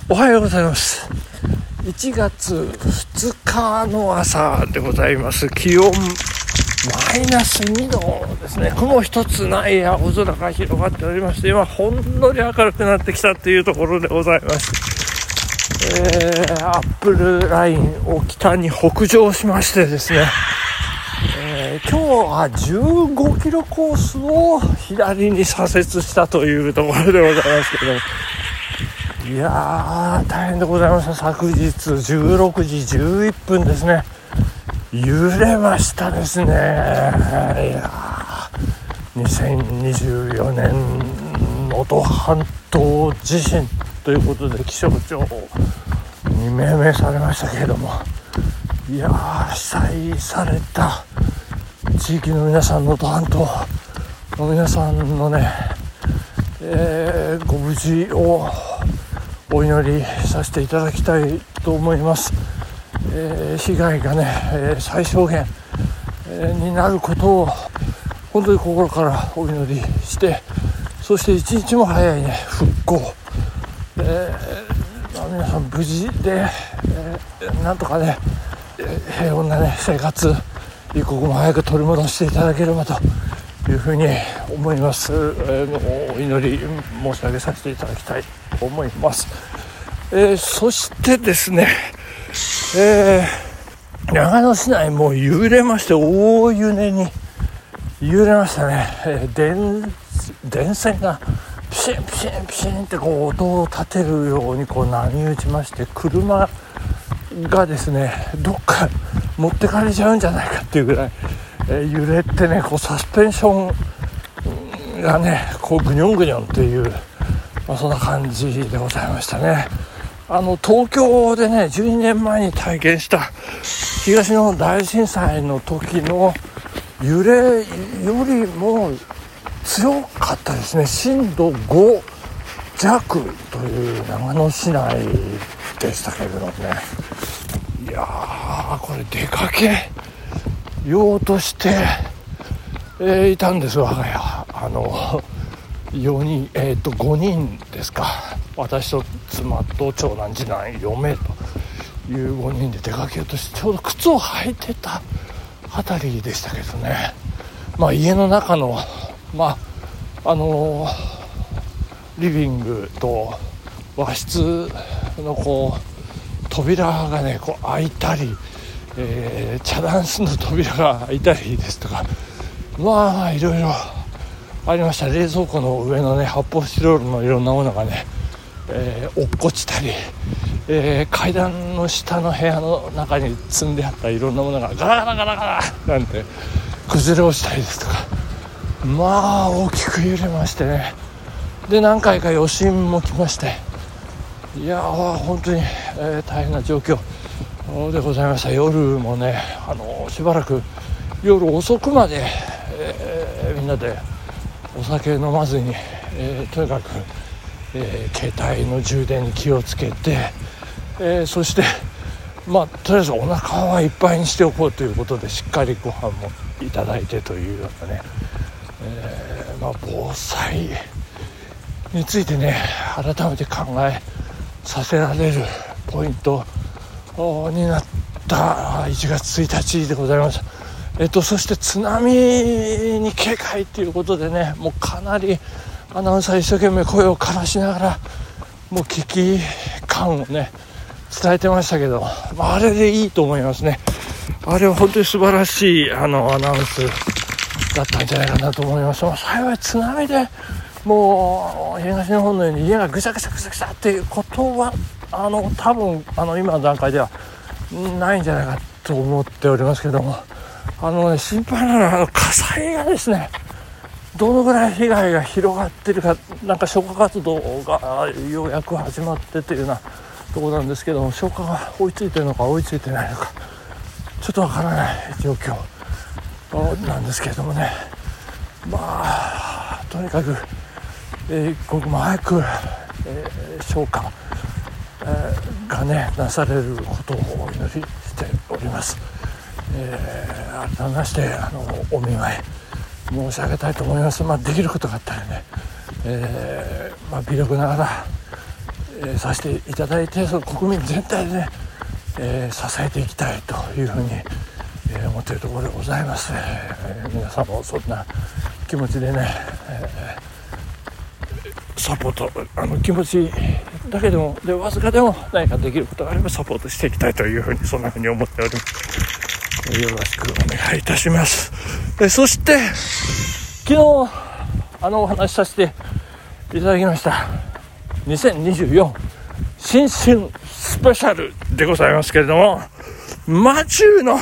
おはようございます。1月2日の朝でございます。気温マイナス2度ですね。雲一つない青空が広がっておりまして、今ほんのり明るくなってきたというところでございます。アップルラインを北に北上しましてですね、今日は15キロコースを左に左折したというところでございますけども、いやー大変でございました。昨日16時11分ですね、揺れましたですね。いや2024年能登半島地震ということで気象庁に命名されましたけれども、いやー被災された地域の皆さん、能登半島の皆さんのね、ご無事をお祈りさせていただきたいと思います。被害がね、最小限、になることを本当に心からお祈りして、そして一日も早いね復興、皆さん無事で、なんとかね、平穏なね生活一刻も早く取り戻していただければというふうに思います。お祈り申し上げさせていただきたいと思います。そしてですね、長野市内も揺れまして、大揺れに揺れましたね。電線がピシンピシンピシンってこう音を立てるようにこう波打ちまして、車がですねどっか持ってかれちゃうんじゃないかっていうぐらい、揺れてね、こうサスペンションがねこうグニョングニョンっていう、そんな感じでございましたね。東京でね12年前に体験した東日本大震災の時の揺れよりも強かったですね。震度5弱という長野市内でしたけれどもね、いやーこれ出かけようとして、いたんです我が家。4人、5人ですか。私と妻と長男次男嫁という5人で出かけようとして、ちょうど靴を履いてたあたりでしたけどね、家の中のリビングと和室のこう扉がねこう開いたり、茶ダンスの扉が開いたりですとか、いろいろありました。冷蔵庫の上のね発泡スチロールのいろんなものがね、落っこちたり、階段の下の部屋の中に積んであったいろんなものがガラガラガラガラなんて崩れ落ちたりですとか、大きく揺れましてね。で何回か余震も来まして、いや本当に、大変な状況でございました。夜もねしばらく夜遅くまで、みんなでお酒飲まずに、とにかく、携帯の充電に気をつけて、そしてとりあえずお腹はいっぱいにしておこうということでしっかりご飯もいただいてというようなね、防災についてね改めて考えさせられるポイントになった1月1日でございました。そして津波に警戒ということでね、もうかなりアナウンサー一生懸命声を枯らしながらもう危機感をね伝えてましたけど、あれでいいと思いますね。あれは本当に素晴らしいアナウンスだったんじゃないかなと思います。幸い津波でもう東日本のように家がぐしゃぐしゃぐしゃぐしゃっていうことは多分今の段階ではないんじゃないかと思っておりますけども、心配なのは火災がですねどのぐらい被害が広がっているか、なんか消火活動がようやく始まってというようなところなんですけども、消火が追いついているのか追いついてないのかちょっとわからない状況なんですけれどもね、とにかく、一刻も早く、消火、がねなされることをお祈りしております。改めましてお見舞い申し上げたいと思います。できることがあったらね、微力ながら、 させていただいて、その国民全体でね、支えていきたいというふうに、思っているところでございます。皆さんもそんな気持ちでね、サポート気持ちだけでもわずかでも何かできることがあればサポートしていきたいというふうにそんなふうに思っております。よろしくお願いいたします。そして昨日お話しさせていただきました2024新春スペシャルでございますけれども、マチューの好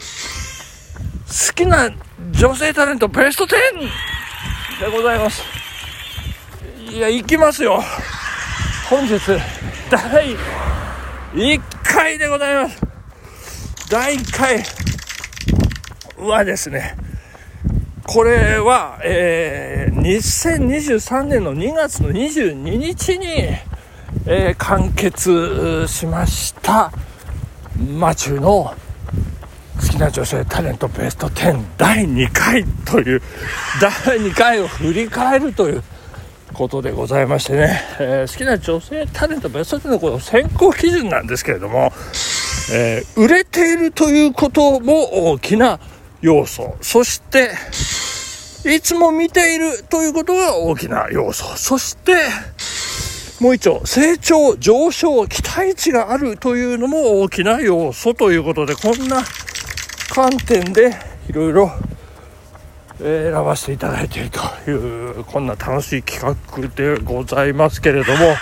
きな女性タレントベスト10でございます。いや、行きますよ。本日第1回でございます。第1回はですね、これは、2023年の2月の22日に、完結しましたマチューの好きな女性タレントベスト10第2回という第2回を振り返るということでございましてね、好きな女性タレントベスト10のこの選考基準なんですけれども、売れているということも大きな要素、そしていつも見ているということが大きな要素、そしてもう一丁成長上昇期待値があるというのも大きな要素ということで、こんな観点でいろいろ選ばせていただいているというこんな楽しい企画でございますけれども、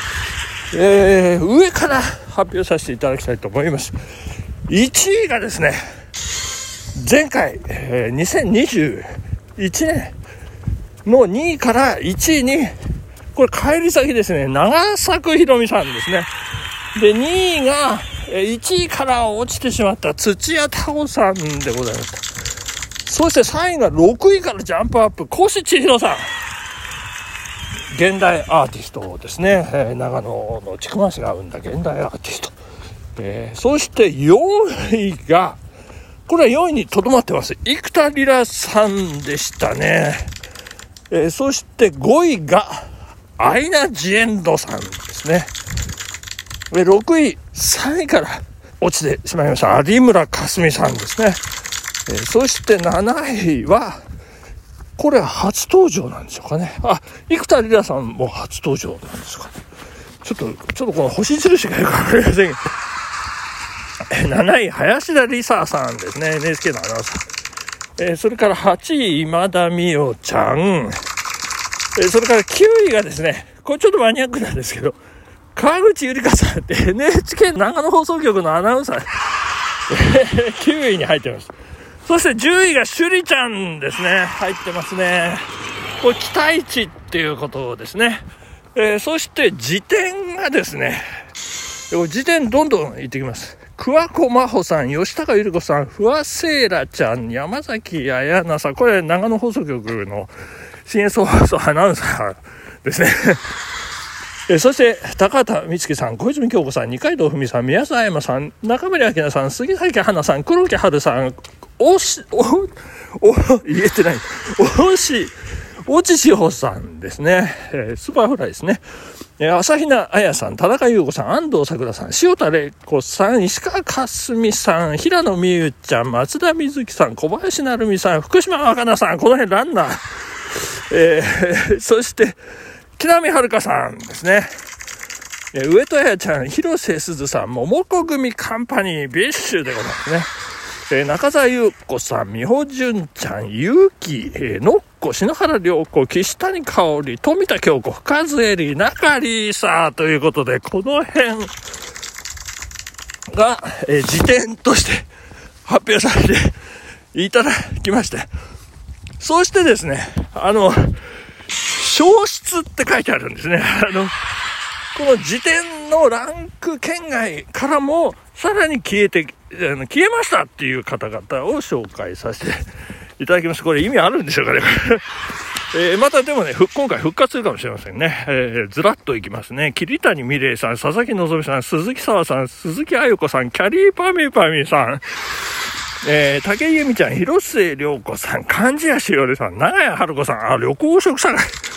上から発表させていただきたいと思います。1位がですね、前回、2021年の2位から1位にこれ返り咲きですね、長作ひろみさんですね。で2位が1位から落ちてしまった土屋太鳳さんでございました。そして3位が6位からジャンプアップ越千尋さん、現代アーティストですね、長野の千曲市が生んだ現代アーティスト、そして4位がこれは4位にとどまってます、生田リラさんでしたね。そして5位がアイナ・ジ・エンドさんですね。6位3位から落ちてしまいました有村架純さんですね。そして7位はこれは初登場なんでしょうかね。生田リラさんも初登場なんですかね。ちょっとこの星印がよくわかりません。7位林田理沙さんですね、 NHK のアナウンサー。それから8位今田美桜ちゃん。それから9位がですね、これちょっとマニアックなんですけど、川口ゆりかさんって NHK 長野放送局のアナウンサー9位に入ってます。そして10位が趣里ちゃんですね、入ってますね。これ期待値っていうことですね。そして辞典がですね、辞典どんどんいってきます。桑子真帆さん、吉高由里子さん、不破聖衣来ちゃん、山崎彩奈さん、これ長野放送局の新越放送アナウンサーですね。そして高畑充希さん、小泉京子さん、二階堂ふみさん、宮沢山さん、中森明菜さん、杉咲花さん、黒木華さん、言えてない越智志保さんですね、スーパーフライですね。朝比奈彩さん、田中優子さん、安藤サクラさん、塩田玲子さん、石川佳純さん、平野美宇ちゃん、松田瑞生さん、小林成美さん、福島若菜さん、この辺ランナー、そして木南遥さんですね。上戸彩ちゃん、広瀬すずさん、桃子組カンパニー、ビッシュでございますね。中澤優子さん、美穂純ちゃん、結城、のっこ、篠原涼子、岸谷香織、富田京子、深津絵里、中里沙ということで、この辺が、辞典として発表されていただきまして、そしてですね、消失って書いてあるんですね。この辞典のランク圏外からもさらに消えましたっていう方々を紹介させていただきます。これ意味あるんでしょうかね。またでもね、今回復活するかもしれませんね。ずらっといきますね。桐谷美玲さん、佐々木希さん、鈴木紗さん、鈴木彩子さん、キャリーパミュパミュさん、竹井由美ちゃん、広末涼子さん、貫地谷しおりさん、長谷春子さん、緑黄色社会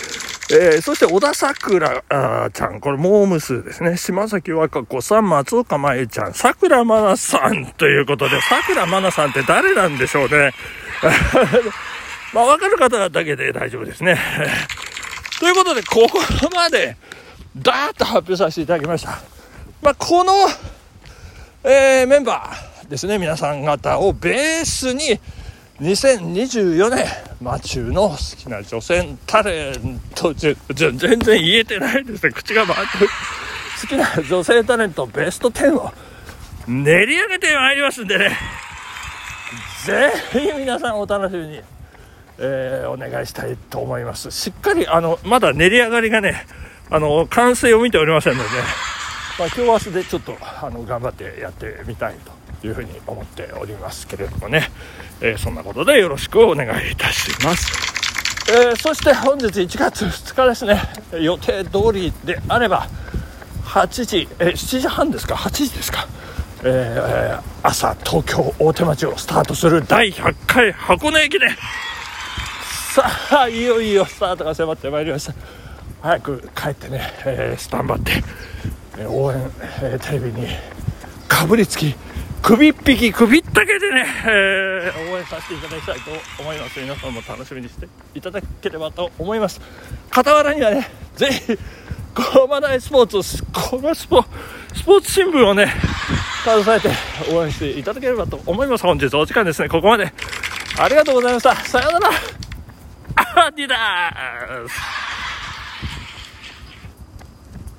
そして小田さくらちゃん、これモームスですね。島崎和歌子さん、松岡真由ちゃん、さくらまなさんということで、さくらまなさんって誰なんでしょうね。まあ分かる方だけで大丈夫ですね。ということで、ここまでダーッと発表させていただきました。まあこの、メンバーですね、皆さん方をベースに2024年マチューの好きな女性タレント全然言えてないですね、口が回ってる。好きな女性タレントベスト10を練り上げてまいりますんでね、ぜひ皆さんお楽しみに、お願いしたいと思います。しっかりまだ練り上がりがね完成を見ておりませんので、今日明日でちょっと頑張ってやってみたいというふうに思っておりますけれどもね、そんなことでよろしくお願いいたします。そして本日1月2日ですね、予定通りであれば7時半ですか、8時ですか、朝東京大手町をスタートする第100回箱根駅伝、さあいよいよスタートが迫ってまいりました。早く帰ってね、スタンバって応援、テレビにかぶりつき首っ引き首ったけでね、応援させていただきたいと思います。皆さんも楽しみにしていただければと思います。傍らにはね、ぜひ駒大スポーツこのスポーツ新聞をね携えて応援していただければと思います。本日お時間ですね、ここまでありがとうございました。さようなら。アディダース。